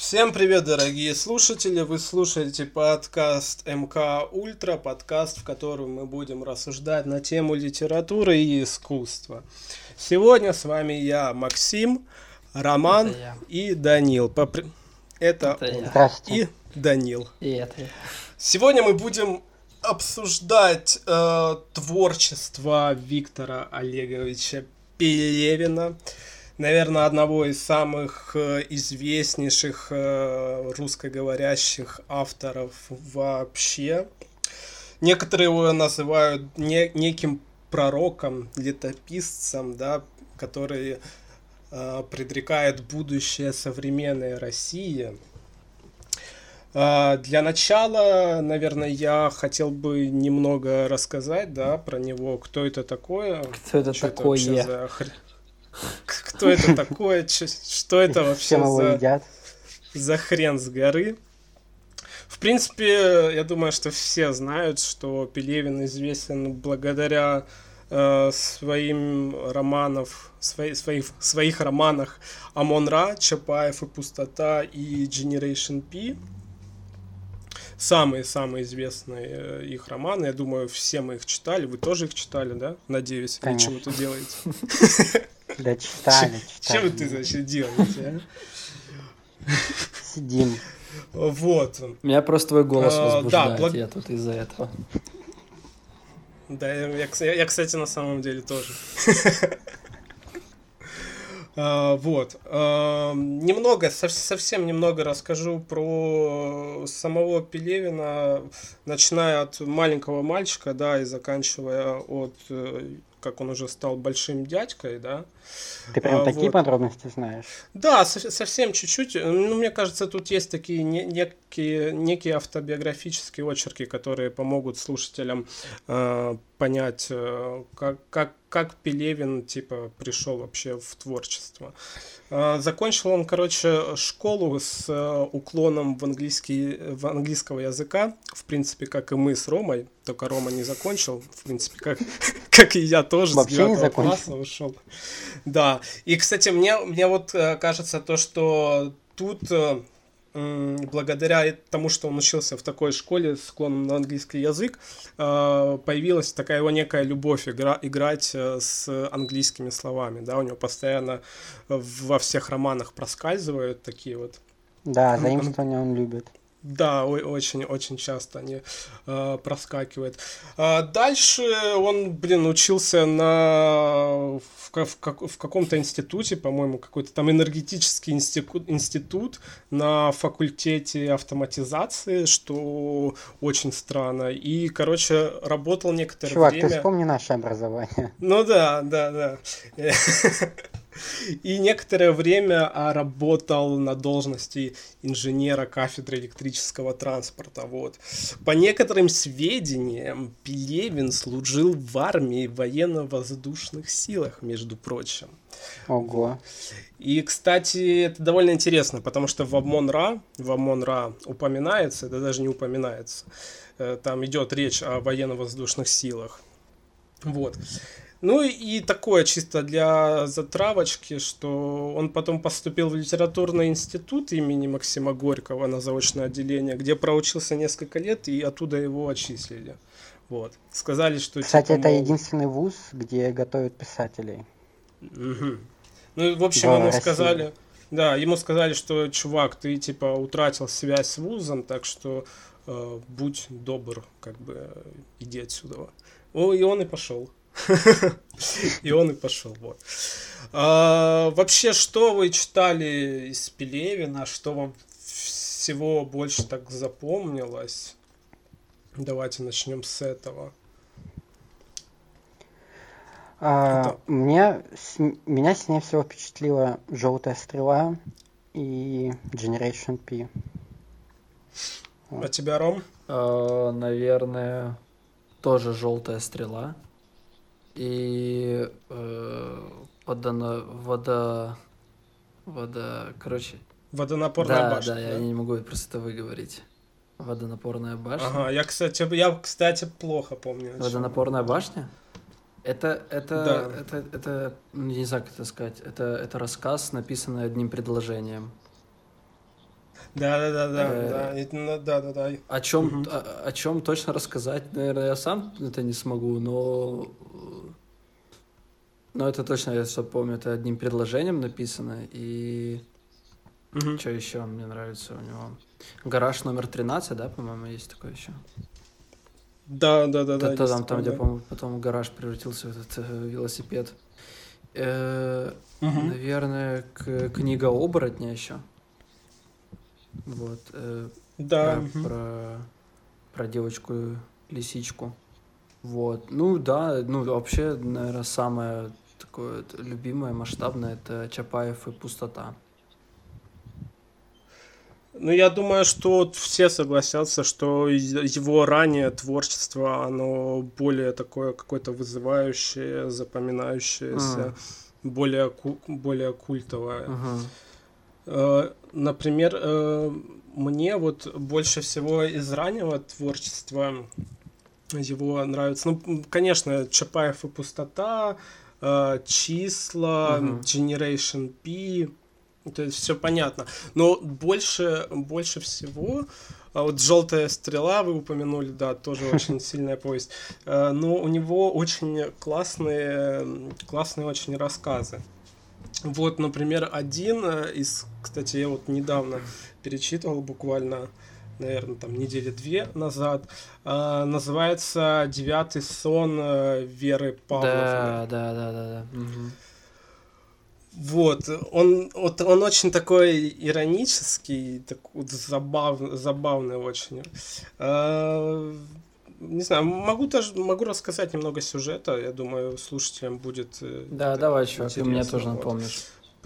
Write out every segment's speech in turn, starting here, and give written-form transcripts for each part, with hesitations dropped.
Всем привет, дорогие слушатели! Вы слушаете подкаст МК Ультра, подкаст, в котором мы будем рассуждать на тему литературы и искусства. Сегодня с вами я, Максим, Роман и Данил. Это он. Здравствуйте. И Данил. И это я. Сегодня мы будем обсуждать творчество Виктора Олеговича Пелевина. Наверное, одного из самых известнейших русскоговорящих авторов вообще. Некоторые его называют неким пророком, летописцем, да, который предрекает будущее современной России. Для начала, наверное, я хотел бы немного рассказать, да, про него, кто это такое. Кто это такое? Кто это такое? Что это вообще за хрен с горы? В принципе, я думаю, что все знают, что Пелевин известен благодаря своих романах «Амон-Ра», «Чапаев и пустота» и «Generation P». Самые известные их романы. Я думаю, все мы их читали. Вы тоже их читали, да? Надеюсь. Или что вы тут делаете? Да, читали. Что вы тут вообще делаете, а? Сидим. Вот. Меня просто твой голос возбуждает, я тут из-за этого. Да, я, кстати, на самом деле тоже. Вот. Совсем немного расскажу про самого Пелевина, начиная от маленького мальчика, да, и заканчивая от, как он уже стал большим дядькой, да. Ты прям такие подробности знаешь? Да, совсем чуть-чуть. Ну, мне кажется, тут есть такие некие автобиографические очерки, которые помогут слушателям понять, как Пелевин, типа, пришел вообще в творчество. Закончил он, школу с уклоном в английского языка, в принципе, как и мы с Ромой, только Рома не закончил, в принципе, как и я тоже с 9 класса ушел. Да, и, кстати, мне вот кажется то, что тут благодаря тому, что он учился в такой школе с уклоном на английский язык, появилась такая его некая любовь играть с английскими словами, да, у него постоянно во всех романах проскальзывают такие вот. Да, заимствования он любит. Да, очень часто они проскакивают. Дальше он, учился в каком-то институте, по-моему, какой-то там энергетический институт на факультете автоматизации, что очень странно. И, работал некоторое время... Чувак, ты вспомни наше образование. Ну да. И некоторое время работал на должности инженера кафедры электрического транспорта. Вот. По некоторым сведениям, Пелевин служил в армии военно-воздушных силах, между прочим. Ого. И, кстати, это довольно интересно, потому что в Амон-Ра упоминается, это даже не упоминается. Там идет речь о военно-воздушных силах. Вот. Ну и такое чисто для затравочки, что он потом поступил в литературный институт имени Максима Горького на заочное отделение, где проучился несколько лет, и оттуда его отчислили. Вот. Сказали, что... Кстати, это единственный вуз, где готовят писателей. Угу. Ну, в общем, ему сказали, что, чувак, ты, утратил связь с вузом, так что будь добр, иди отсюда. И он и пошел. Вот. Вообще, что вы читали из Пелевина, что вам всего больше так запомнилось? Давайте начнем с этого. Меня сильнее всего впечатлила «Желтая стрела» и Generation P. А тебя, Ром? Наверное, тоже «Желтая стрела». И Водонапорная башня. Да, я не могу просто это выговорить. Водонапорная башня. Ага, я, кстати, плохо помню. Водонапорная башня? Это, не знаю, как это сказать. Это рассказ, написанный одним предложением. Да. О чем точно рассказать, наверное, я сам это не смогу, но это точно, я что помню, это одним предложением написано, и что еще мне нравится у него? Гараж номер 13, да, по-моему, есть такой еще. Да. Там, где, по-моему, потом гараж превратился в этот велосипед. Наверное, книга оборотня еще. Вот. Да. Про девочку-лисичку. Вот. Ну да, вообще, наверное, самое такое любимое, масштабное — это Чапаев и пустота. Ну, я думаю, что все согласятся, что его раннее творчество, оно более такое какое-то вызывающее, запоминающееся, более культовое. Например, мне вот больше всего из раннего творчества его нравится. Ну, конечно, Чапаев и пустота, числа, Generation P. То есть все понятно. Но больше всего вот «Желтая стрела» вы упомянули, да, тоже очень сильная повесть. Но у него очень классные очень рассказы. Вот, например, один из, кстати, я вот недавно перечитывал, буквально, наверное, там недели 2 назад, называется «Девятый сон» Веры Павловны. Да. Вот, он очень такой иронический, такой забавный очень. Не знаю, могу рассказать немного сюжета, я думаю, слушателям будет давай, чувак, ты мне тоже напомнишь.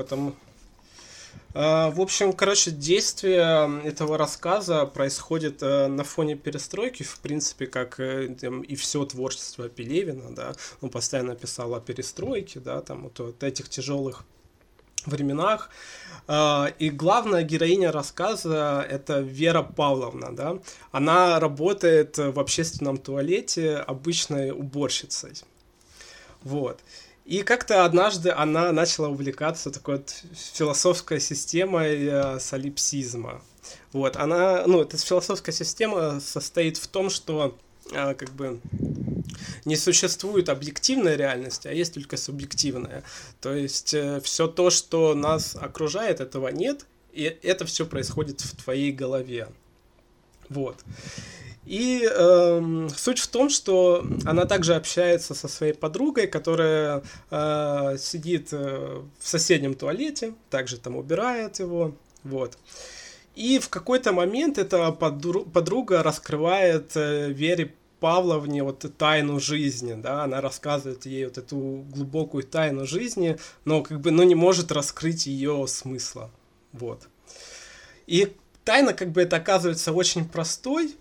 В общем, действие этого рассказа происходит на фоне перестройки, в принципе, как и все творчество Пелевина, да, он постоянно писал о перестройке, да, там вот этих тяжелых временах. И главная героиня рассказа — это Вера Павловна, да. Она работает в общественном туалете обычной уборщицей. Вот. И как-то однажды она начала увлекаться такой вот философской системой солипсизма. Вот. Эта философская система состоит в том, что как бы не существует объективной реальности, а есть только субъективная. То есть все то, что нас окружает, этого нет, и это все происходит в твоей голове. Вот. И суть в том, что она также общается со своей подругой, которая сидит в соседнем туалете, также там убирает его. Вот. И в какой-то момент эта подруга раскрывает Вере Павловне вот тайну жизни, да, она рассказывает ей вот эту глубокую тайну жизни, но не может раскрыть ее смысла, вот. И тайна это оказывается очень простой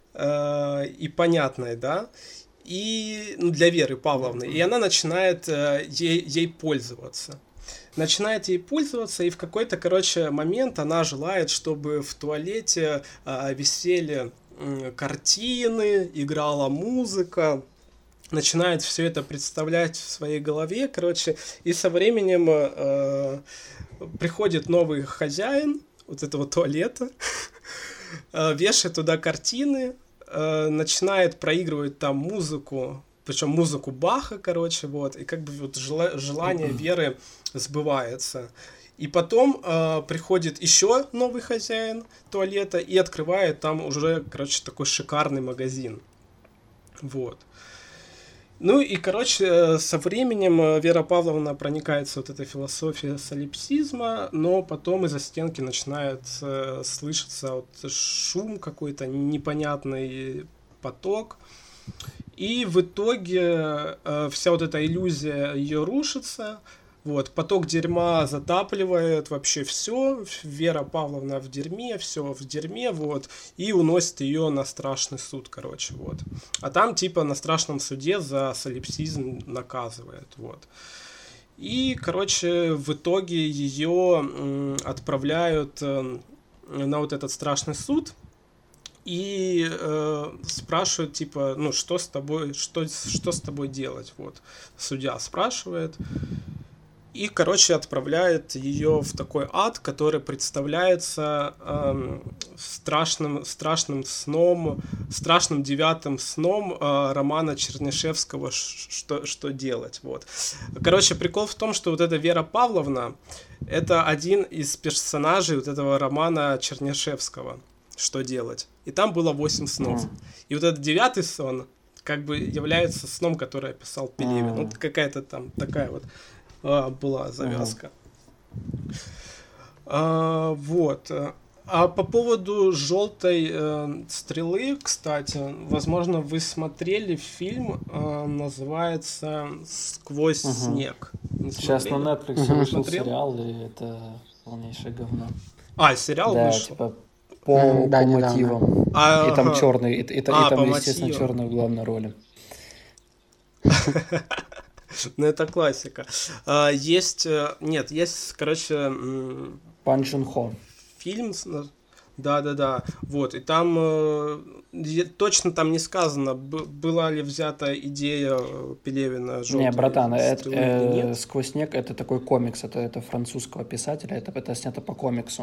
и понятной, да, и для Веры Павловны, и она начинает ей пользоваться. И в какой-то, момент она желает, чтобы в туалете висели картины, играла музыка, начинает все это представлять в своей голове, и со временем приходит новый хозяин вот этого туалета, вешает туда картины, начинает проигрывать там музыку, причем музыку Баха, вот, и желание Веры сбывается. И потом приходит еще новый хозяин туалета и открывает там уже, такой шикарный магазин. Вот. Ну и, со временем Вера Павловна проникается вот этой философией солипсизма, но потом из-за стенки начинает слышаться вот шум какой-то, непонятный поток. И в итоге вся вот эта иллюзия ее рушится. Вот, поток дерьма затапливает вообще все, Вера Павловна в дерьме, все в дерьме, вот, и уносит ее на страшный суд, вот. А там, на страшном суде за солипсизм наказывает, вот. И, в итоге ее отправляют на вот этот страшный суд и спрашивают, что с тобой делать, вот. Судья спрашивает. и, короче, отправляет ее в такой ад, который представляется страшным сном, страшным 9-м сном романа Чернышевского «Что делать?». Вот. Короче, прикол в том, что вот эта Вера Павловна — это один из персонажей вот этого романа Чернышевского «Что делать?». И там было 8 снов. И вот этот 9-й сон как бы является сном, который описал Пелевин. Вот какая-то там такая вот была завязка. Вот. А по поводу «Желтой стрелы», кстати, возможно, вы смотрели фильм, называется «Сквозь снег». Сейчас на Netflix вышел сериал, и это полнейшее говно. Сериал да, вышел? Типа по мотивам. И там черный, и там, естественно, черный в главной роли. Ну, это классика. Есть, короче... Пан Чун Хо. Фильм, да, вот, и там точно там не сказано, была ли взята идея Пелевина «Желтой». Не, братан, «Сквозь снег» — это такой комикс, это французского писателя, это снято по комиксу.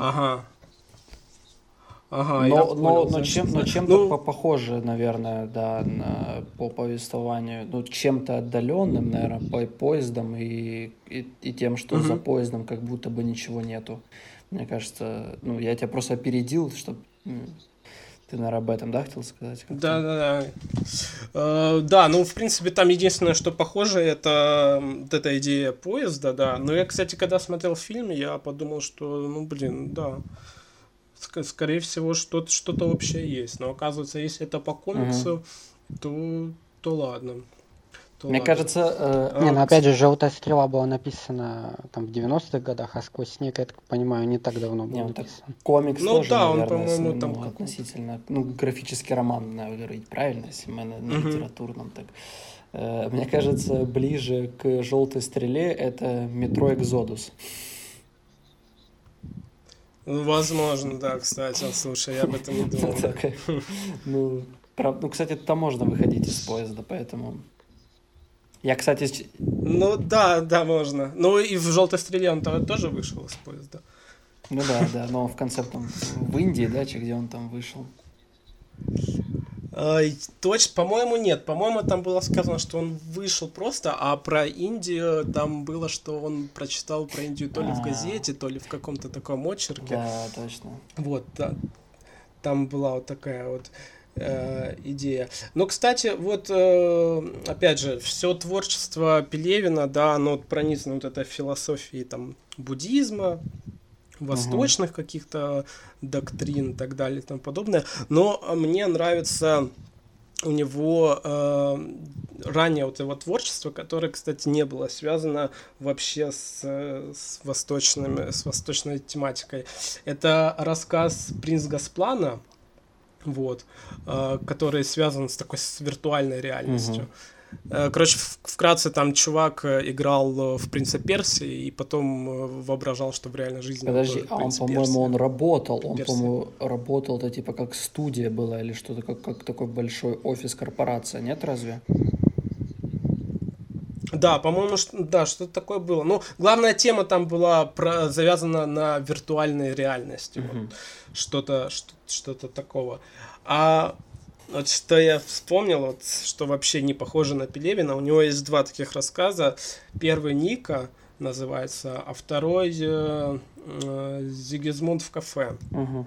Но чем-то похоже, наверное, да, по повествованию, чем-то отдаленным, наверное, поездом и тем, что за поездом как будто бы ничего нету. Мне кажется, я тебя просто опередил, чтобы ты, наверное, об этом, да, хотел сказать? Да. Да, в принципе, там единственное, что похоже, это вот эта идея поезда, да. Но я, кстати, когда смотрел фильм, я подумал, что, да. Скорее всего, что-то вообще есть. Но оказывается, если это по комиксу, то ладно. Мне кажется... опять же, «Желтая стрела» была написана там в 90-х годах, а «Сквозь снег», я так понимаю, не так давно был написан. Комикс тоже, наверное, он, по-моему, там относительно... графический роман, надо говорить правильно, если мы на литературном так... Мне кажется, ближе к «Желтой стреле» это «Метро Экзодус». Возможно, да, кстати, слушай, я об этом не думал. Кстати, там можно выходить из поезда, поэтому... Я, кстати... Да, можно. И в «Желтой стреле» он тоже вышел из поезда. Да, но в конце там в Индии, да, где он там вышел? Точно, по-моему, нет. По-моему, там было сказано, что он вышел просто, а про Индию там было, что он прочитал про Индию то ли в газете, то ли в каком-то таком очерке. Да, точно. Вот, да. Там была вот такая вот идея. Но, кстати, вот, опять же, все творчество Пелевина, да, оно пронизано вот этой философией там буддизма, восточных каких-то доктрин и так далее и тому подобное. Но мне нравится у него ранее вот его творчество, которое, кстати, не было связано вообще с восточной тематикой. Это рассказ «Принц Госплана», вот, который связан с виртуальной реальностью. Короче, вкратце, там чувак играл в «Принца Персии» и потом воображал, что в реальной жизни... Подожди, он, по-моему, он работал, это типа как студия была или что-то, как такой большой офис, корпорация, нет разве? Да, по-моему, что-то такое было. Но главная тема там была завязана на виртуальной реальности. Вот. Что-то такого. А вот что я вспомнил, вот, что вообще не похоже на Пелевина. У него есть 2 таких рассказа. Первый «Ника» называется, а второй «Зигизмунд в кафе».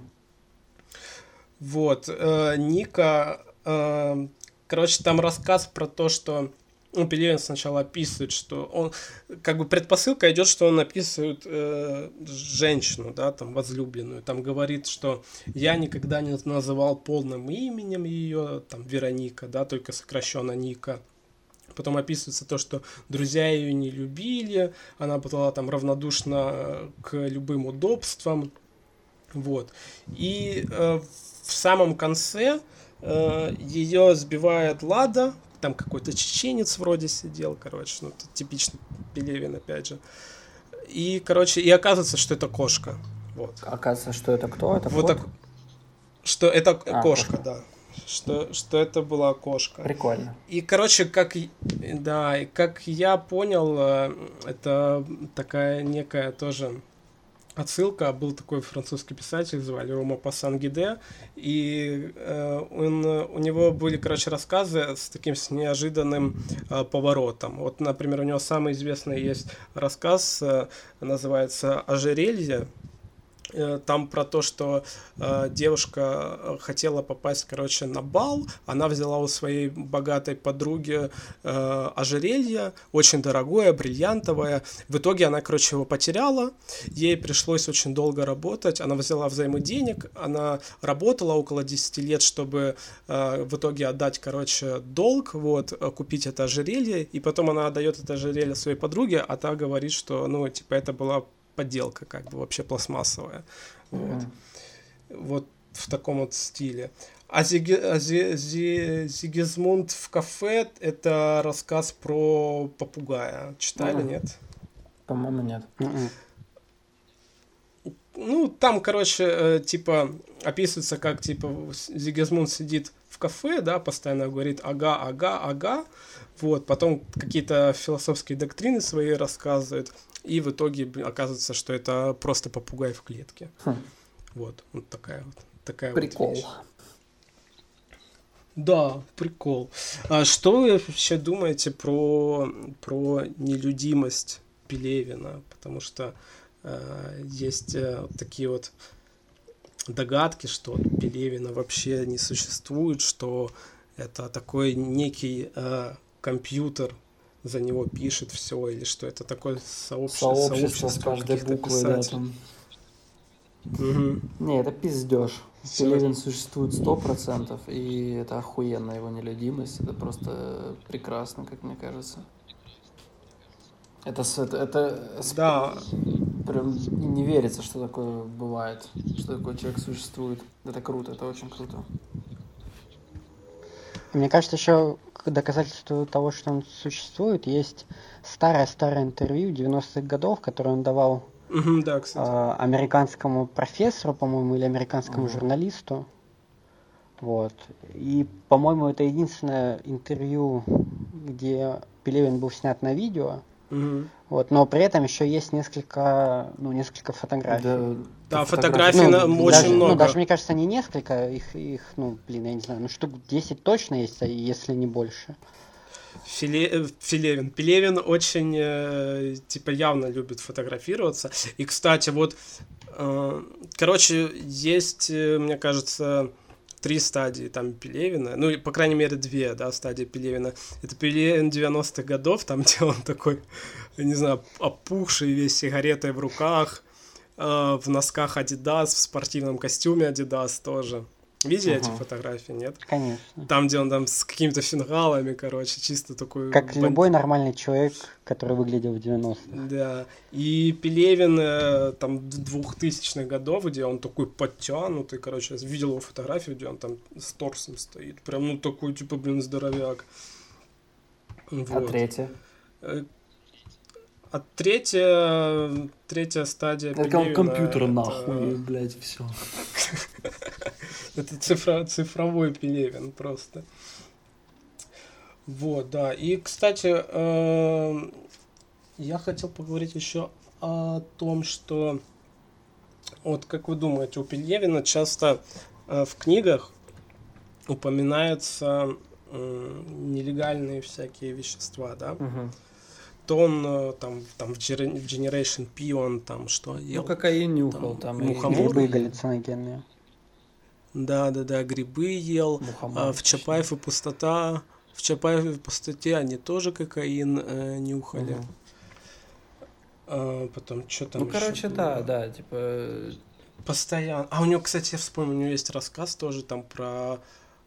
Вот. Ника... короче, там рассказ про то, что Пелевин сначала описывает, что он, как бы предпосылка идет, что он описывает женщину, да, там, возлюбленную, там говорит, что я никогда не называл полным именем ее, там, Вероника, да, только сокращенно Ника. Потом описывается то, что друзья ее не любили, она была там равнодушна к любым удобствам, вот. И в самом конце ее сбивает Лада, там какой-то чеченец вроде сидел, короче, это типично Пелевин, опять же. И, короче, и оказывается, что это кошка. Вот. Оказывается, что это кто? Это вот кот? так, что это кошка, да. что это была кошка. Прикольно. И, короче, как я понял, это такая некая тоже отсылка. Был такой французский писатель, звали его Мопассан Гиде, и у него были, короче, рассказы с неожиданным поворотом. Вот, например, у него самый известный есть рассказ, называется «Ожерелье». Там про то, что девушка хотела попасть, короче, на бал. Она взяла у своей богатой подруги ожерелье, очень дорогое, бриллиантовое. В итоге она, короче, его потеряла. Ей пришлось очень долго работать. Она взяла взаймы денег. Она работала около 10 лет, чтобы в итоге отдать, короче, долг, вот, купить это ожерелье. И потом она отдает это ожерелье своей подруге, а та говорит, что, ну, типа, это была подделка, как бы, вообще пластмассовая. Вот. Вот в таком вот стиле. А Сигизмунд в кафе — это рассказ про попугая. Читали, нет? По-моему, нет. Ну, там, короче, типа, описывается, как, типа, Сигизмунд сидит в кафе, да, постоянно говорит ага, вот, потом какие-то философские доктрины свои рассказывает, и в итоге оказывается, что это просто попугай в клетке. Вот такая прикол. Вот вещь. Да, прикол. А что вы вообще думаете про нелюдимость Пелевина? Потому что есть такие вот догадки, что Пелевина вообще не существует, что это такой некий компьютер за него пишет все, или что это такое сообщество с каждой буквой, да, там. Не, это пиздеж. Пелевин существует 100%, и это охуенно его нелюдимость, это просто прекрасно, как мне кажется. Да. Прям не верится, что такое бывает, что такой человек существует. Это круто, это очень круто. Мне кажется, еще доказательство того, что он существует, есть старое интервью 90-х годов, которое он давал да, кстати. Американскому профессору, по-моему, или американскому журналисту. Вот. И, по-моему, это единственное интервью, где Пелевин был снят на видео. Вот, но при этом еще есть несколько фотографий. Да, фотографий очень много. Даже, мне кажется, не несколько, их, я не знаю, штук 10 точно есть, если не больше. Пелевин очень, типа, явно любит фотографироваться. И, кстати, вот, короче, есть, мне кажется, 3 стадии там Пелевина, ну, по крайней мере, 2, да, стадии Пелевина. Это Пелевин 90-х годов, там, где он такой, не знаю, опухший, весь сигаретой в руках, в носках Adidas, в спортивном костюме Adidas тоже. Видели эти фотографии, нет? Конечно. Там, где он там с какими-то фингалами, короче, чисто такой... Как любой нормальный человек, который выглядел в 90-х. Да. И Пелевин там 2000-х годов, где он такой подтянутый, короче, я видел его фотографию, где он там с торсом стоит. Прям, ну, такой, типа, блин, здоровяк. Вот. А третья? А третья стадия Пелевина... Это компьютер нахуй, блядь, все. Это цифровой Пелевин просто. Вот, да. И, кстати, я хотел поговорить еще о том, что... Вот как вы думаете, у Пелевина часто в книгах упоминаются нелегальные всякие вещества, да? То он там в Generation P он там что ел? Ну, кокаин нюхал, там грибы галлюциногенные. Да, грибы ел. В Чапаев и пустота. В Чапаеве и пустоте они тоже кокаин нюхали. Потом что там? Ну, короче, да, типа. Постоянно. А у него, кстати, я вспомнил, у него есть рассказ тоже там про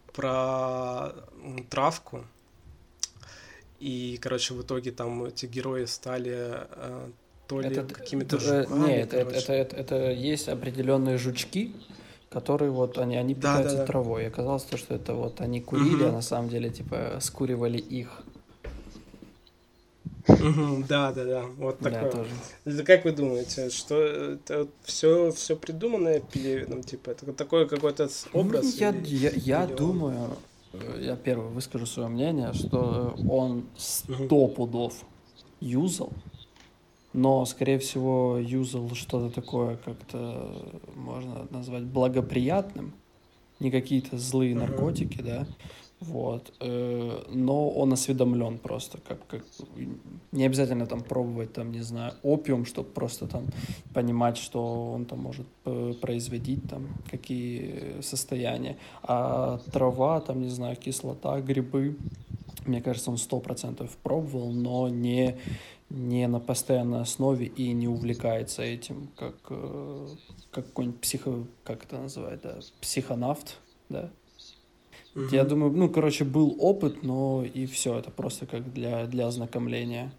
травку. И, короче, в итоге там эти герои стали то ли какими-то жуками. Нет, это есть определенные жучки, которые вот они питаются травой. И оказалось то, что это вот они курили, а на самом деле типа скуривали их. Да, вот такое. Тоже. Как вы думаете, что это все придуманное Пелевиным, типа, это такой какой-то образ? Я думаю, я первый выскажу свое мнение, что он 100 пудов юзал, но, скорее всего, юзал что-то такое, как-то можно назвать благоприятным, не какие-то злые наркотики, да, вот, но он осведомлен просто, как не обязательно там пробовать, там, не знаю, опиум, чтобы просто там понимать, что он там может производить, там, какие состояния, а трава, там, не знаю, кислота, грибы, мне кажется, он 100% пробовал, но не на постоянной основе и не увлекается этим, как какой-нибудь как это называют, да, психонавт, да. Я думаю, был опыт, но и все, это просто как для ознакомления.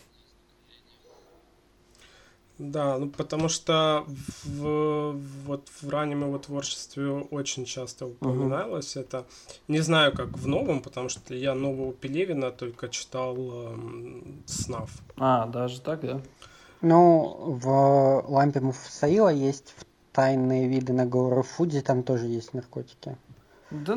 Да, потому что в раннем его творчестве очень часто упоминалось это. Не знаю, как в новом, потому что я нового Пелевина только читал «Снав». Даже так, да? В «Лампе Муфасаила» есть «Тайные виды на гору Фудзи», там тоже есть наркотики. Да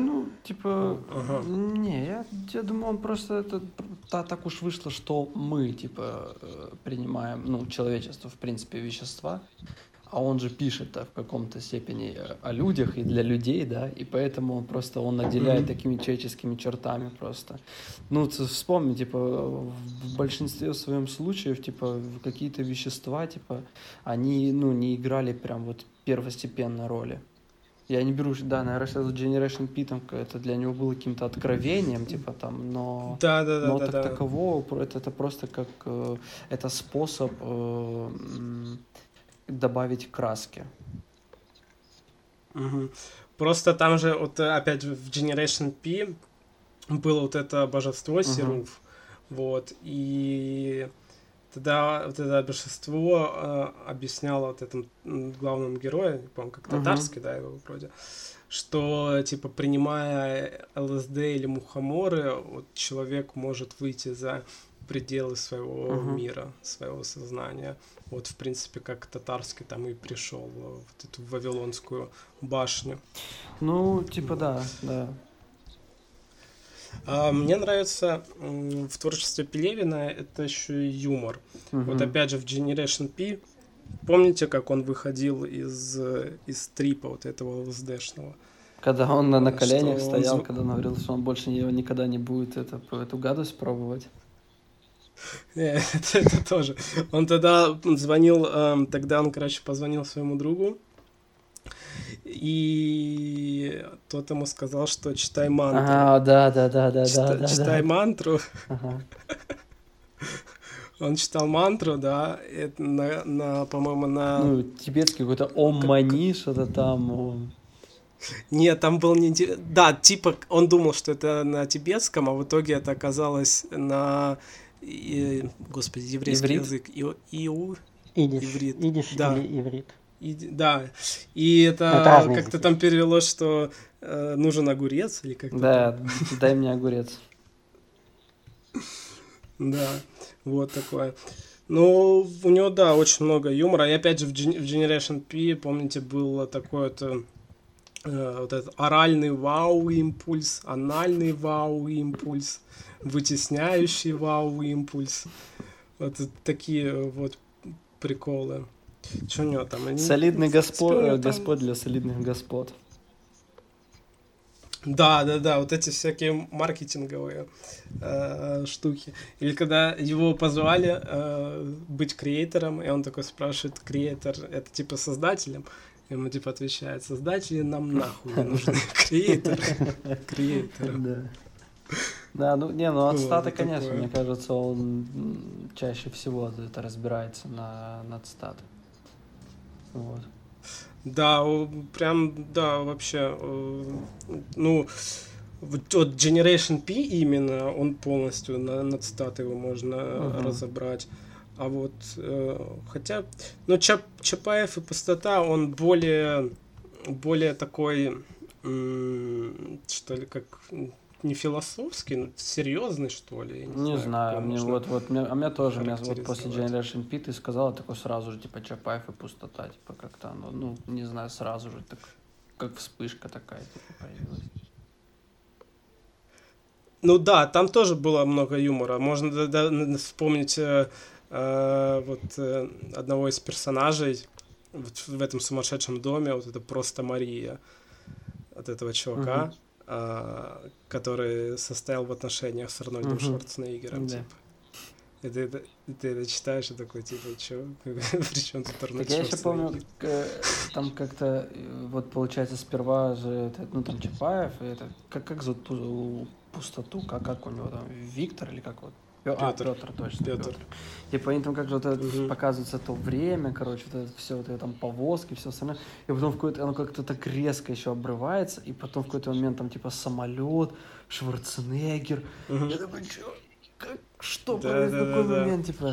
я думаю, он просто так уж вышло, что мы, принимаем, человечество, в принципе, вещества, а он же пишет в каком-то степени о людях и для людей, да, и поэтому он наделяет такими человеческими чертами просто. Вспомни, в большинстве своем случаев, какие-то вещества, они, не играли прям первостепенной роли. Я не беру, наверное, Generation P, это для него было каким-то откровением, но такового, это просто как, это способ добавить краски. Просто там же, опять же, в Generation P было это божество Серуф, и тогда это божество объясняло этому главному герою, не помню, как татарский, да, его вроде, что, принимая ЛСД или мухоморы, человек может выйти за пределы своего мира, своего сознания. В принципе, как татарский там и пришел в эту Вавилонскую башню. Да. Мне нравится в творчестве Пелевина это еще и юмор. Опять же в Generation P, помните, как он выходил из трипа этого ЛСДшного? Когда он на коленях стоял, когда он говорил, что он больше никогда не будет эту гадость пробовать. Это тоже. Он тогда звонил, позвонил своему другу, и тот ему сказал, что читай мантру. Да. Читай мантру. Он читал мантру, да, по-моему, на... тибетский какой-то Ом-Мани, что-то там... Нет, там был не... Да, он думал, что это на тибетском, а в итоге это оказалось на... Господи, еврейский язык. Иврит. Идиш да. Или иврит. Да, и это как-то там перевелось, что нужен огурец или как-то. Да, дай мне огурец. Да, вот такое. У него, да, очень много юмора. И опять же в Generation P, помните, был такой этот оральный вау-импульс, анальный вау-импульс, вытесняющий вау-импульс. Такие приколы. Что у него там? Солидный Господь для солидных господ. Да, эти всякие маркетинговые штуки. Или когда его позвали быть креатором, и он такой спрашивает, креатор это создателем? Ему отвечает, создатели нам нахуй не нужны, креаторы. Да, от стата, конечно, мне кажется, он чаще всего это разбирается на цитаты. Да, прям, да, вообще, Generation P именно, он полностью на цитаты его можно разобрать. А хотя, Чапаев и Пустота, он более такой, что ли, как не философский, но серьезный, что ли. Я не знаю, мне меня тоже, вот после Generation P ты сказала такое сразу же, типа, Чапаев и пустота, типа, как-то оно, ну, не знаю, сразу же, так, как вспышка такая, типа, появилась. Ну да, там тоже было много юмора. Можно вспомнить одного из персонажей вот в этом сумасшедшем доме, вот это просто Мария, от этого чувака, который состоял в отношениях с Арнольдом Шварценеггером, типа. И ты это читаешь и такой, типа, чё? Причем тут Арнольд Шварценеггер? Я еще помню, там как-то, вот получается, сперва же, ну там Чапаев, и это, как зовут пустоту, как у него там, Виктор или как вот? Петр, точно. Петр. Типа они там как же вот это показывается то время, короче, вот это все, вот это там повозки, все остальное. И потом в какой-то оно как-то так резко еще обрывается, и потом в какой-то момент там типа самолет, Шварценеггер. Я такой, что происходит в такой момент, типа.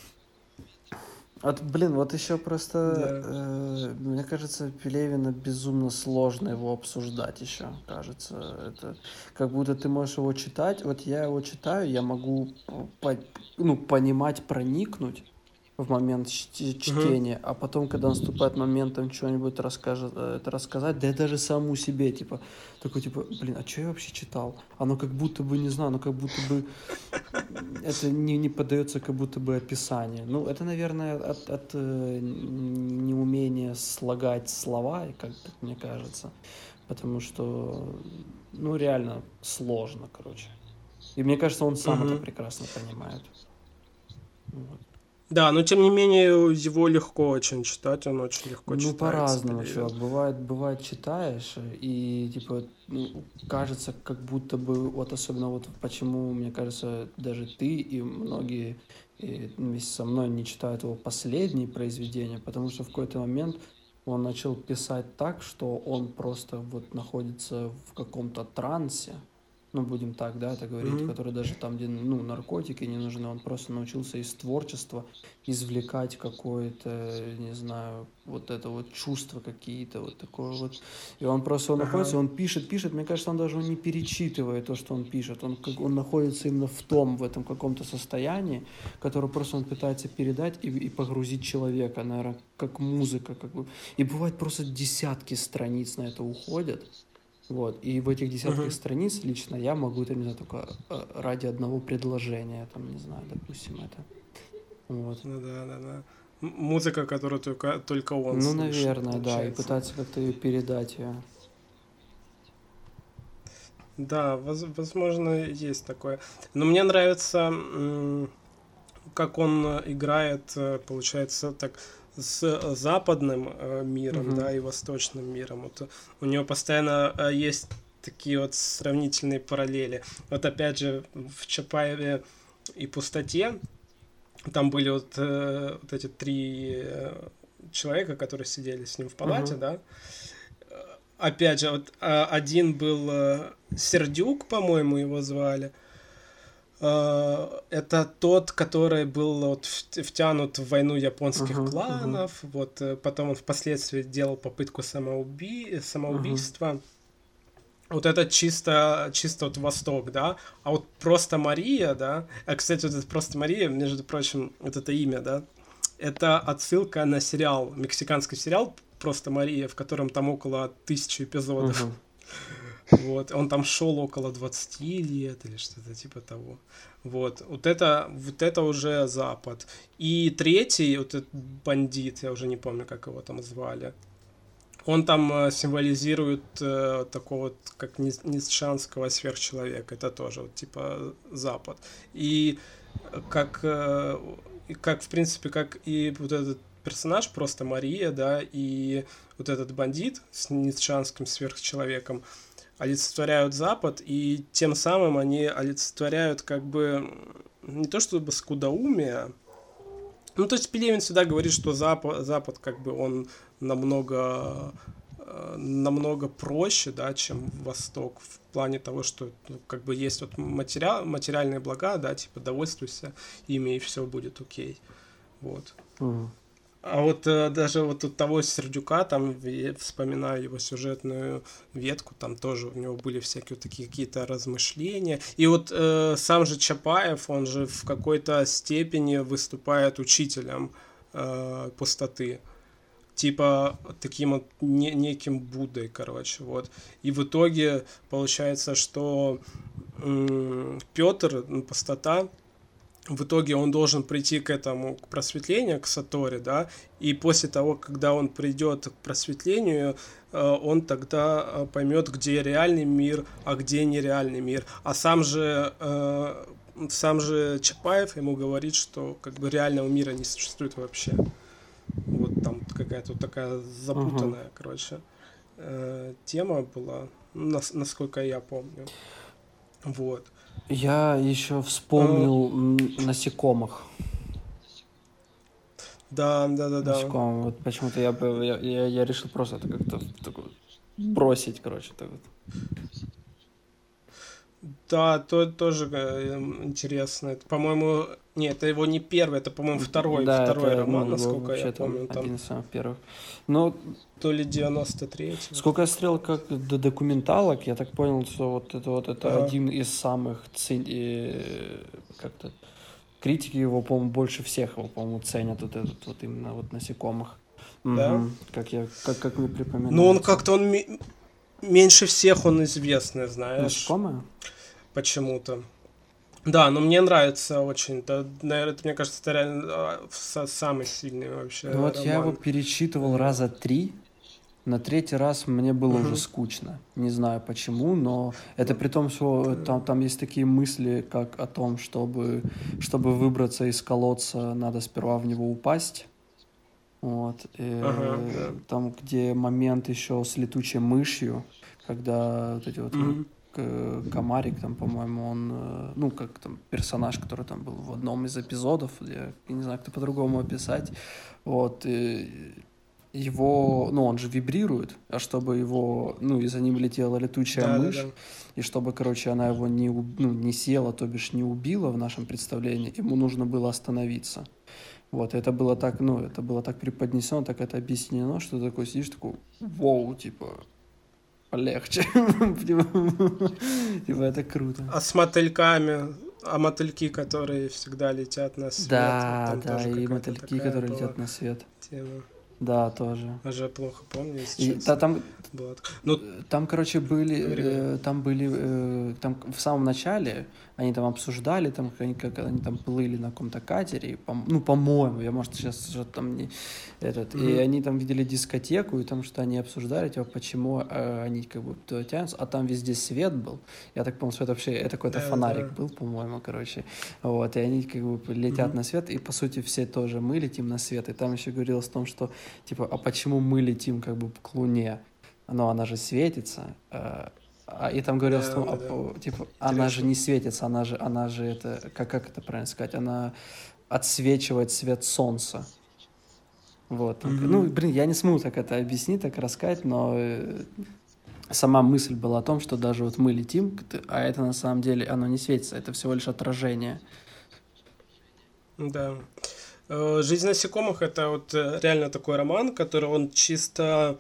Вот еще просто, мне кажется, Пелевина безумно сложно его обсуждать еще, кажется. Это как будто ты можешь его читать, вот я его читаю, я могу понимать, проникнуть в момент чтения, а потом, когда наступает момент там что-нибудь рассказать, да я даже самому себе, типа, такой, типа, блин, а что я вообще читал? Оно как будто бы, не знаю, оно как будто бы, это не поддается как будто бы описанию. Ну, это, наверное, от неумения слагать слова, как мне кажется, потому что, ну, реально сложно, короче. И мне кажется, он сам это прекрасно понимает. Вот. Да, но тем не менее его легко очень читать, он очень легко читается. Ну, по-разному, чувак. Бывает читаешь, и типа, кажется, как будто бы, вот особенно вот почему, мне кажется, даже ты и многие вместе со мной не читают его последние произведения, потому что в какой-то момент он начал писать так, что он просто вот находится в каком-то трансе, ну, будем так, да, это говорить, который даже там, где, ну, наркотики не нужны, он просто научился из творчества извлекать какое-то, не знаю, вот это вот чувства какие-то, вот такое вот. И он просто, он находится, он пишет, мне кажется, он даже не перечитывает то, что он пишет, он находится именно в этом каком-то состоянии, которое просто он пытается передать и погрузить человека, наверное, как музыка, как бы. И бывает просто десятки страниц на это уходят. Вот, и в этих десятках страниц лично я могу, это, не знаю, только ради одного предложения, там, не знаю, допустим, это. Вот. Ну да. Музыка, которую только он слышит. Ну, получается. наверное, да, и пытаться как-то ее передать ее. Да, возможно, есть такое. Но мне нравится, как он играет, получается, так, с западным миром, да, и восточным миром. Вот у него постоянно есть такие вот сравнительные параллели. Вот опять же в Чапаеве и Пустоте там были вот эти 3 человека, которые сидели с ним в палате, да. Опять же, вот один был Сердюк, по-моему, его звали. Это тот, который был вот втянут в войну японских кланов, вот потом он впоследствии делал попытку самоубийства. Вот это чисто вот Восток, да, а вот просто Мария, да, кстати, вот это просто Мария, между прочим, вот это имя, да, это отсылка на сериал, мексиканский сериал «Просто Мария», в котором там около 1000 эпизодов. Вот, он там шел около 20 лет или что-то типа того. Вот это уже Запад. И третий, вот этот бандит, я уже не помню, как его там звали, он там символизирует такого вот, как ницшанского сверхчеловека. Это тоже вот типа Запад. И как в принципе, как и вот этот персонаж, просто Мария, да, и вот этот бандит с ницшанским сверхчеловеком олицетворяют Запад, и тем самым они олицетворяют как бы не то чтобы скудоумие. Ну, то есть Пелевин всегда говорит, что Запад как бы он намного проще, да, чем Восток, в плане того, что как бы есть вот материальные блага, да, типа довольствуйся ими, и все будет окей. Вот. А вот даже вот у того Сердюка, там, я вспоминаю его сюжетную ветку, там тоже у него были всякие вот такие какие-то размышления. И вот сам же Чапаев, он же в какой-то степени выступает учителем пустоты. Типа таким вот неким Буддой, короче, вот. И в итоге получается, что Петр, пустота, в итоге он должен прийти к этому, к просветлению, к сатори, да, и после того, когда он придет к просветлению, он тогда поймет, где реальный мир, а где нереальный мир. А сам же Чапаев ему говорит, что как бы реального мира не существует вообще. Вот там какая-то такая запутанная, короче, тема была, насколько я помню. Вот. Я еще вспомнил насекомых. Да. Насекомых. Вот почему-то я решил просто это как-то бросить, короче, так вот. Да, тоже интересно. Это, по-моему, нет, это его не первый, это, по-моему, второй роман, насколько я помню. Там один из самых первых. Но то ли 93-й. Сколько я смотрел как документалок, я так понял, что это один из самых как-то критики его, по-моему, больше всех его, по-моему, ценят вот этот вот именно вот насекомых. Да? Угу. Как мне припоминается. Ну, он как-то меньше всех он известный, знаешь. Насекомые? Почему-то. Да, но мне нравится очень. Это, наверное, мне кажется, это реально самый сильный вообще вот роман. Я его перечитывал раза 3. На 3-й раз мне было уже скучно. Не знаю почему, но это при том, что там есть такие мысли, как о том, чтобы выбраться из колодца, надо сперва в него упасть. Вот. Там, где момент еще с летучей мышью, когда вот эти вот комарик, там, по-моему, он, как там персонаж, который там был в одном из эпизодов, я не знаю, как это по-другому описать, вот, его, он же вибрирует, а чтобы его, и за ним летела летучая мышь, и чтобы, короче, она его не съела, то бишь не убила в нашем представлении, ему нужно было остановиться. Вот, это было так преподнесено, так это объяснено, что ты такой сидишь, такой, вау, типа, полегче. Типа, это круто. А с мотыльками, мотыльки, которые всегда летят на свет. Да, и мотыльки, которые летят на свет. Тема. Да, тоже. Уже плохо помню, если честно. Там, короче, там в самом начале они там обсуждали, как они там плыли на каком-то катере, по-моему, я, может, сейчас что-то там не... И они там видели дискотеку, и там что они обсуждали, типа, почему они как бы туда тянутся, а там везде свет был. Я так понял, что это вообще, это какой-то фонарик был, по-моему, короче. Вот, и они как бы летят на свет, и, по сути, все тоже мы летим на свет, и там еще говорилось о том, что, типа, а почему мы летим как бы к Луне? Но она же светится, и там говорилось, что типа, она же не светится, она же это, как это правильно сказать, она отсвечивает свет солнца. Вот. Я не смогу так это объяснить, так рассказать, но сама мысль была о том, что даже вот мы летим, а это на самом деле, оно не светится, это всего лишь отражение. Да. «Жизнь насекомых» — это вот реально такой роман, который он чисто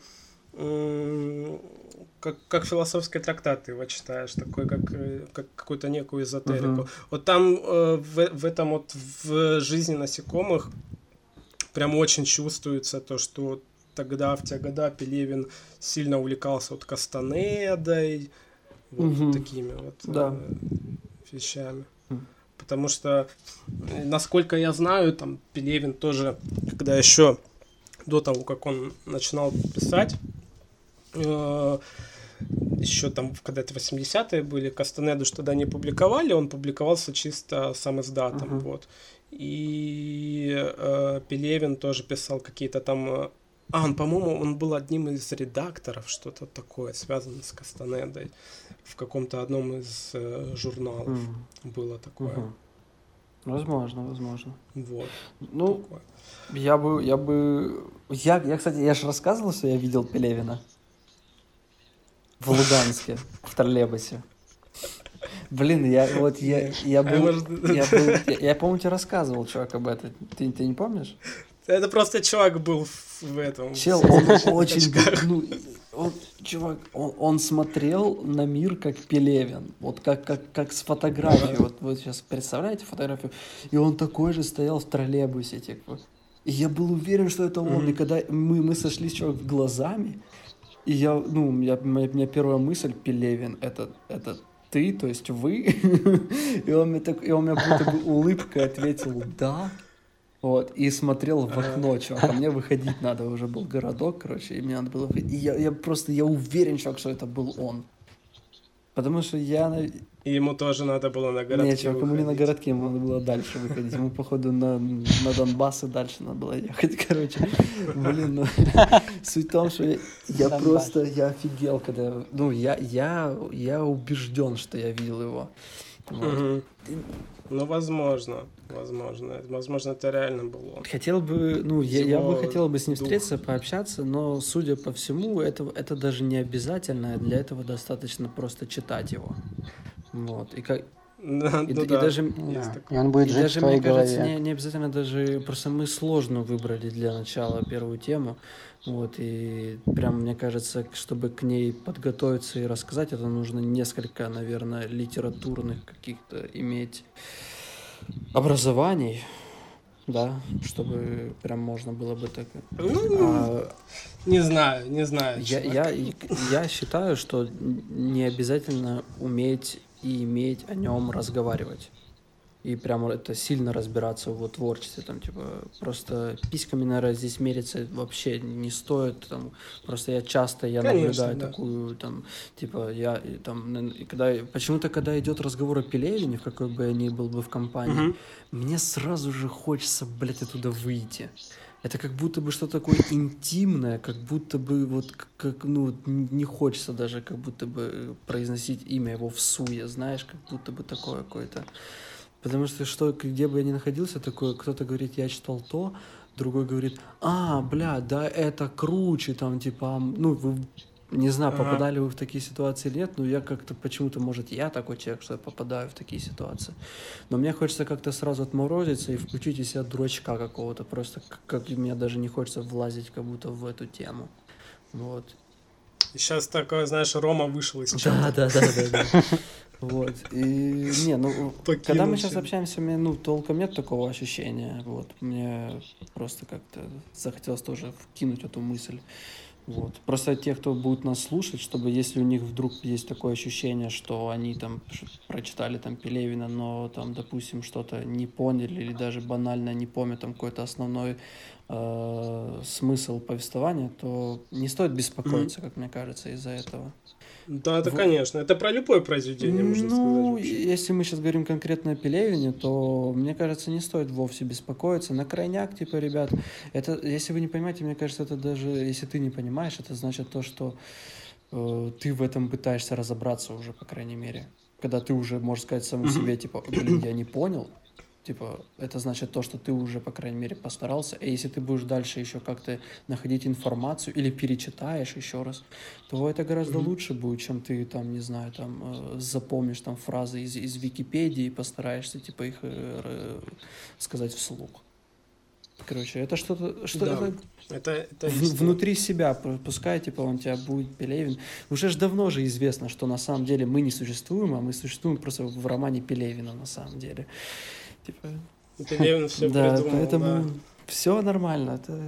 как философский трактат ты его читаешь, такой как какую-то некую эзотерику. Вот там в этом вот в «Жизни насекомых» прям очень чувствуется то, что тогда, в те года, Пелевин сильно увлекался вот Кастанедой, вот такими вот вещами. Потому что, насколько я знаю, там Пелевин тоже, когда еще до того, как он начинал писать, еще там, когда это 80-е были, Кастанеду что тогда не публиковали, он публиковался чисто сам издатом, вот. И Пелевин тоже писал какие-то там... он, по-моему, он был одним из редакторов, что-то такое, связанное с Кастанедой. В каком-то одном из журналов было такое. Возможно. Вот. Такое. Я, кстати, я же рассказывал, что я видел Пелевина в Луганске, в троллейбусе. Блин, я, по-моему, тебе рассказывал, чувак, об этом. Ты не помнишь? Это просто чувак был в этом. Чел, он очень... Чувак, он смотрел на мир как Пелевин. Вот как с фотографией. Вот вы сейчас представляете фотографию? И он такой же стоял в троллейбусе, типа. И я был уверен, что это он. И когда мы сошлись, чувак, глазами, и у меня первая мысль: Пелевин, это ты, то есть вы? И он мне будто бы улыбкой ответил «да». Вот, и смотрел в окно, чувак, а мне выходить надо, уже был городок, короче, и мне надо было выходить. И я уверен, чувак, что это был он. Потому что И ему тоже надо было на городке. Нет, чувак, ему не на городке, ему надо было дальше выходить. Ему, походу, на Донбасс и дальше надо было ехать, короче. Блин, суть в том, что я офигел, когда... я убежден, что я видел его. Вот. Возможно, это реально был он. Хотел бы, я бы хотел бы с ним встретиться, пообщаться, но, судя по всему, это даже не обязательно, для этого достаточно просто читать его. Вот, и даже, и он будет жить в твоей мне кажется, голове. не обязательно даже, просто мы сложно выбрали для начала первую тему, вот, и прям, мне кажется, чтобы к ней подготовиться и рассказать, это нужно несколько, наверное, литературных каких-то иметь образований, да, чтобы прям можно было бы так... Не знаю. Я считаю, что не обязательно уметь и иметь о нем разговаривать. И прямо это сильно разбираться в его творчестве, там, типа, просто письками, наверное, здесь мериться вообще не стоит, там, просто я наблюдаю такую, там, типа, почему-то, когда идет разговор о Пелевине, в какой бы я ни был бы в компании, мне сразу же хочется, блядь, оттуда выйти. Это как будто бы что-то такое интимное, как будто бы не хочется даже как будто бы произносить имя его всуе, знаешь, как будто бы такое какое-то. Потому что где бы я ни находился, такое, кто-то говорит, я читал то, другой говорит, да, это круче, там, типа, вы, не знаю, попадали вы в такие ситуации или нет, но я как-то почему-то, может, я такой человек, что я попадаю в такие ситуации. Но мне хочется как-то сразу отморозиться и включить из себя дурачка какого-то, просто как мне даже не хочется влазить как будто в эту тему. Вот. И сейчас такое, знаешь, Рома вышел из чата. Да. Вот. И когда мы сейчас общаемся, мне толком нет такого ощущения. Вот. Мне просто как-то захотелось тоже вкинуть эту мысль. Вот. Просто те, кто будет нас слушать, чтобы если у них вдруг есть такое ощущение, что они там прочитали там Пелевина, но там, допустим, что-то не поняли или даже банально не помнят там какой-то основной смысл повествования, то не стоит беспокоиться, как мне кажется, из-за этого. Да, это, конечно. Это про любое произведение, можно сказать. Вообще. Если мы сейчас говорим конкретно о Пелевине, то, мне кажется, не стоит вовсе беспокоиться. На крайняк, типа, ребят, это, если вы не понимаете, мне кажется, это даже, если ты не понимаешь, это значит то, что ты в этом пытаешься разобраться уже, по крайней мере. Когда ты уже можешь сказать самому себе, типа, блин, я не понял. Типа, это значит то, что ты уже, по крайней мере, постарался. И если ты будешь дальше еще как-то находить информацию или перечитаешь еще раз, то это гораздо лучше будет, чем ты, там, не знаю, там, запомнишь там фразы из Википедии и постараешься, типа, их сказать вслух. Короче, это это внутри себя, пускай, типа, он тебя будет Пелевин. Уже ж давно же известно, что на самом деле мы не существуем, а мы существуем просто в романе Пелевина, на самом деле. Типа... Пелевин все придумал, поэтому все нормально. Это...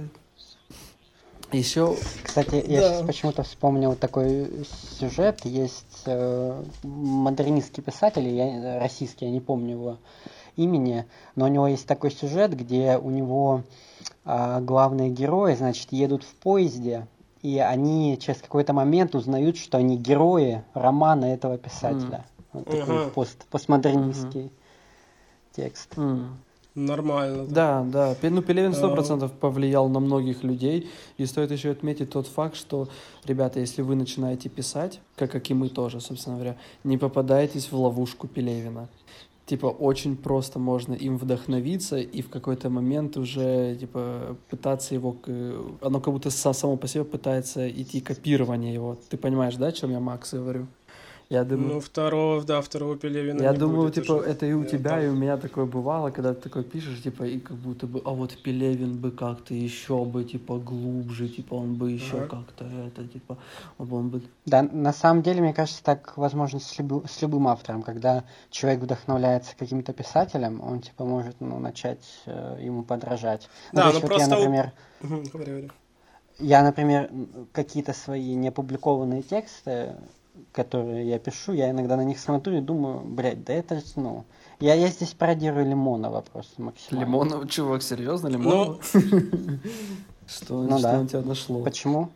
Еще... Кстати, я сейчас почему-то вспомнил такой сюжет. Есть модернистский писатель, российский, я не помню его имени, но у него есть такой сюжет, где у него главные герои, значит, едут в поезде, и они через какой-то момент узнают, что они герои романа этого писателя. Вот такой постмодернистский текст. Нормально. Да. Пелевин 100% повлиял на многих людей. И стоит еще отметить тот факт, что, ребята, если вы начинаете писать, как и мы тоже, собственно говоря, не попадайтесь в ловушку Пелевина. Типа, очень просто можно им вдохновиться и в какой-то момент уже, типа, пытаться его... Оно как будто само по себе пытается идти копирование его. Ты понимаешь, да, о чем я, Макс, говорю? Я думаю, Ну, второго Пелевина я не думаю, будет типа, уже. это и у тебя, Там. и у меня такое бывало, когда ты такое пишешь, типа, и как будто бы, а вот Пелевин бы как-то еще бы, типа, глубже, типа, он бы еще Ага. как-то это, типа, он бы... Да, на самом деле, мне кажется, так возможно с любым автором. Когда человек вдохновляется каким-то писателем, он типа может начать ему подражать. Ну, то Да, есть ну вот просто... например, Говори. какие-то свои неопубликованные тексты, которые я пишу, я иногда на них смотрю и думаю, блядь, да это, ну... Я здесь пародирую Лимонова просто максимально. Лимонов, чувак, серьезно, Ну, Лимонова? Что Ну да. на тебя нашло? Почему?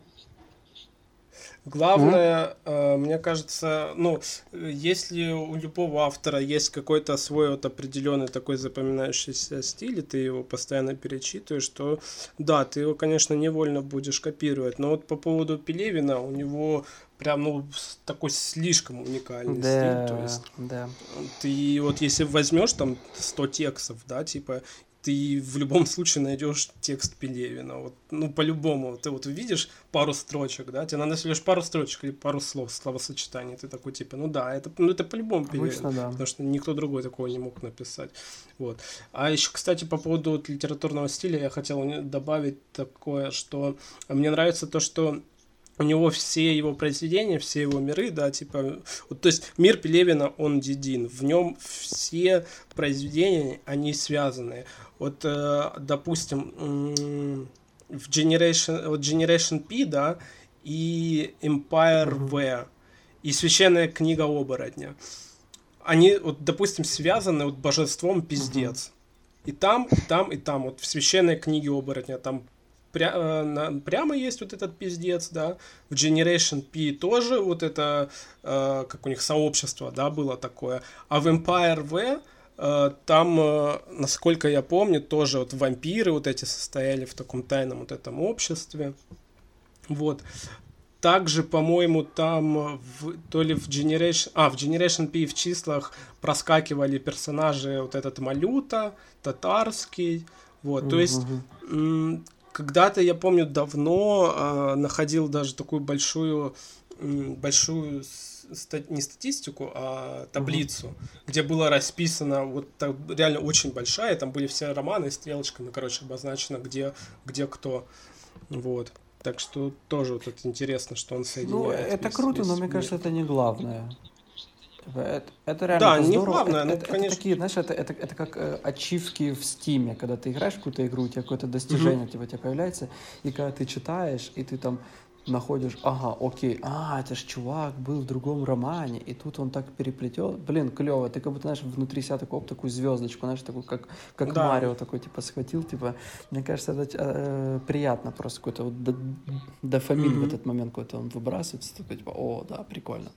главное, мне кажется, ну, если у любого автора есть какой-то свой вот определенный такой запоминающийся стиль, и ты его постоянно перечитываешь, то да, ты его, конечно, невольно будешь копировать. Но вот по поводу Пелевина, у него прям, ну, такой слишком уникальный стиль, то есть Да. ты вот если возьмешь там 100 текстов, да, типа, ты в любом случае найдешь текст Пелевина. Вот, ну, по-любому. Ты вот увидишь пару строчек, да, тебе надо всего лишь пару строчек или пару слов, словосочетаний. Ты такой, типа, ну да, это по-любому Пелевин. Обычно да. Потому что никто другой такого не мог написать. Вот. А еще, кстати, по поводу вот литературного стиля я хотел добавить такое, что мне нравится то, что у него все его произведения, все его миры, да, типа, вот, то есть мир Пелевина, он един, в нем все произведения, они связаны. Вот, допустим, в Generation P, да, и Empire V, и Священная книга оборотня, они, вот, допустим, связаны вот божеством пиздец. И там, и там, и там, вот в Священной книге оборотня, там прямо есть вот этот пиздец, да, в Generation P тоже вот это, как у них сообщество, да, было такое, а в Empire V там, насколько я помню, тоже вот вампиры вот эти состояли в таком тайном вот этом обществе, вот. Также, по-моему, там то ли в Generation P в числах проскакивали персонажи вот этот Малюта, Татарский, вот, то есть когда-то, я помню, давно находил даже такую большую не статистику, а таблицу, где было расписано, вот реально очень большая, там были все романы стрелочками, короче, обозначено, где кто, вот. Так что тоже вот это интересно, что он соединяет. Ну, это круто, но мне кажется, это не главное. Это реально да, это не здорово. главное, но, это конечно... такие, знаешь, это как ачивки в Стиме, когда ты играешь в какую-то игру, у тебя какое-то достижение типа, у тебя появляется, и когда ты читаешь, и ты там находишь, ага, окей, это ж чувак был в другом романе, и тут он так переплетет. Блин, клево, ты как будто, знаешь, внутри себя такую звездочку, знаешь, такую, как да. Марио такой, типа, схватил, типа, мне кажется, это приятно просто, какой-то вот дофамин в этот момент какой-то он выбрасывается, такой, типа, о, да, прикольно.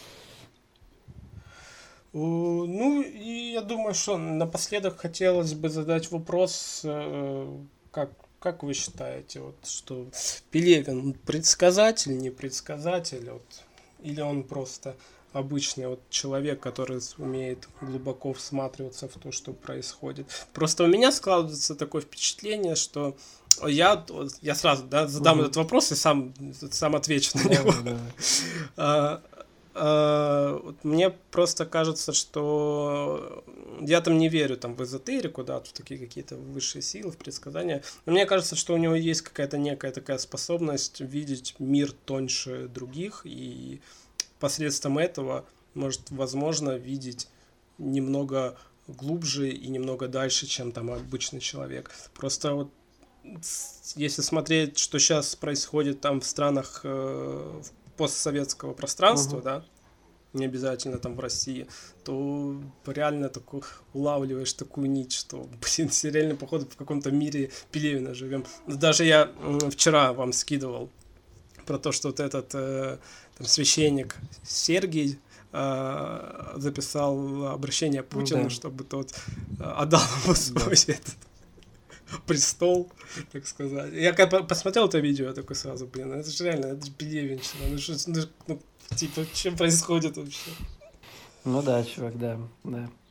Ну, и я думаю, что напоследок хотелось бы задать вопрос, как вы считаете, вот, что Пелевин предсказатель, не предсказатель, вот, или он просто обычный вот человек, который умеет глубоко всматриваться в то, что происходит? Просто у меня складывается такое впечатление, что я сразу задам этот вопрос и сам отвечу на него. Мне просто кажется, что я там не верю там, в эзотерику, да, в такие какие-то высшие силы, в предсказания. Но мне кажется, что у него есть какая-то некая такая способность видеть мир тоньше других, и посредством этого может, возможно, видеть немного глубже и немного дальше, чем там обычный человек. Просто вот если смотреть, что сейчас происходит там в странах постсоветского пространства, да, не обязательно там в России, то реально улавливаешь такую нить, что, блин, реально, походу, в каком-то мире Пелевина живем. Даже я вчера вам скидывал про то, что вот этот там, священник Сергий записал обращение Путину, чтобы тот отдал ему свой этот престол, так сказать. Я когда посмотрел это видео, я такой сразу, блин, это же реально, это же Пелевинщина, типа, что происходит вообще? Ну да, чувак, да.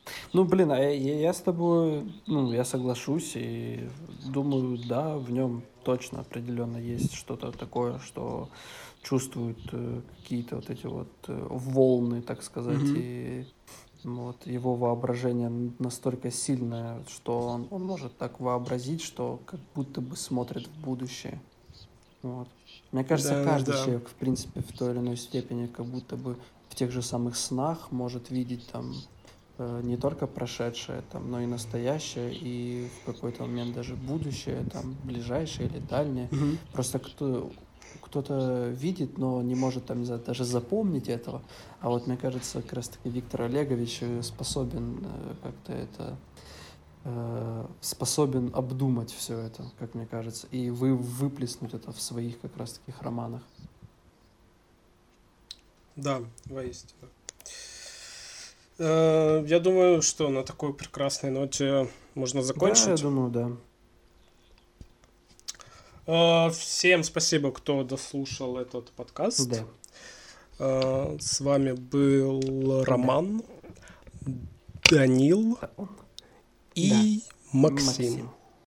Ну, блин, я с тобой, ну, я соглашусь и думаю, да, в нем точно определенно есть что-то такое, что чувствуют какие-то вот эти вот волны, так сказать, и вот его воображение настолько сильное, что он может так вообразить, что как будто бы смотрит в будущее. Вот. Мне кажется, каждый человек, в принципе, в той или иной степени, как будто бы в тех же самых снах может видеть там не только прошедшее, там, но и настоящее, и в какой-то момент даже будущее, там, ближайшее или дальнее. Просто кто-то видит, но не может там, не знаю, даже запомнить этого. А вот мне кажется, как раз-таки Виктор Олегович способен как-то это способен обдумать все это, как мне кажется, и выплеснуть это в своих как раз таких романах. Да, воистину. Я думаю, что на такой прекрасной ноте можно закончить. Да, я думаю, да. Всем спасибо, кто дослушал этот подкаст. Да. С вами был Роман, Данил и Максим.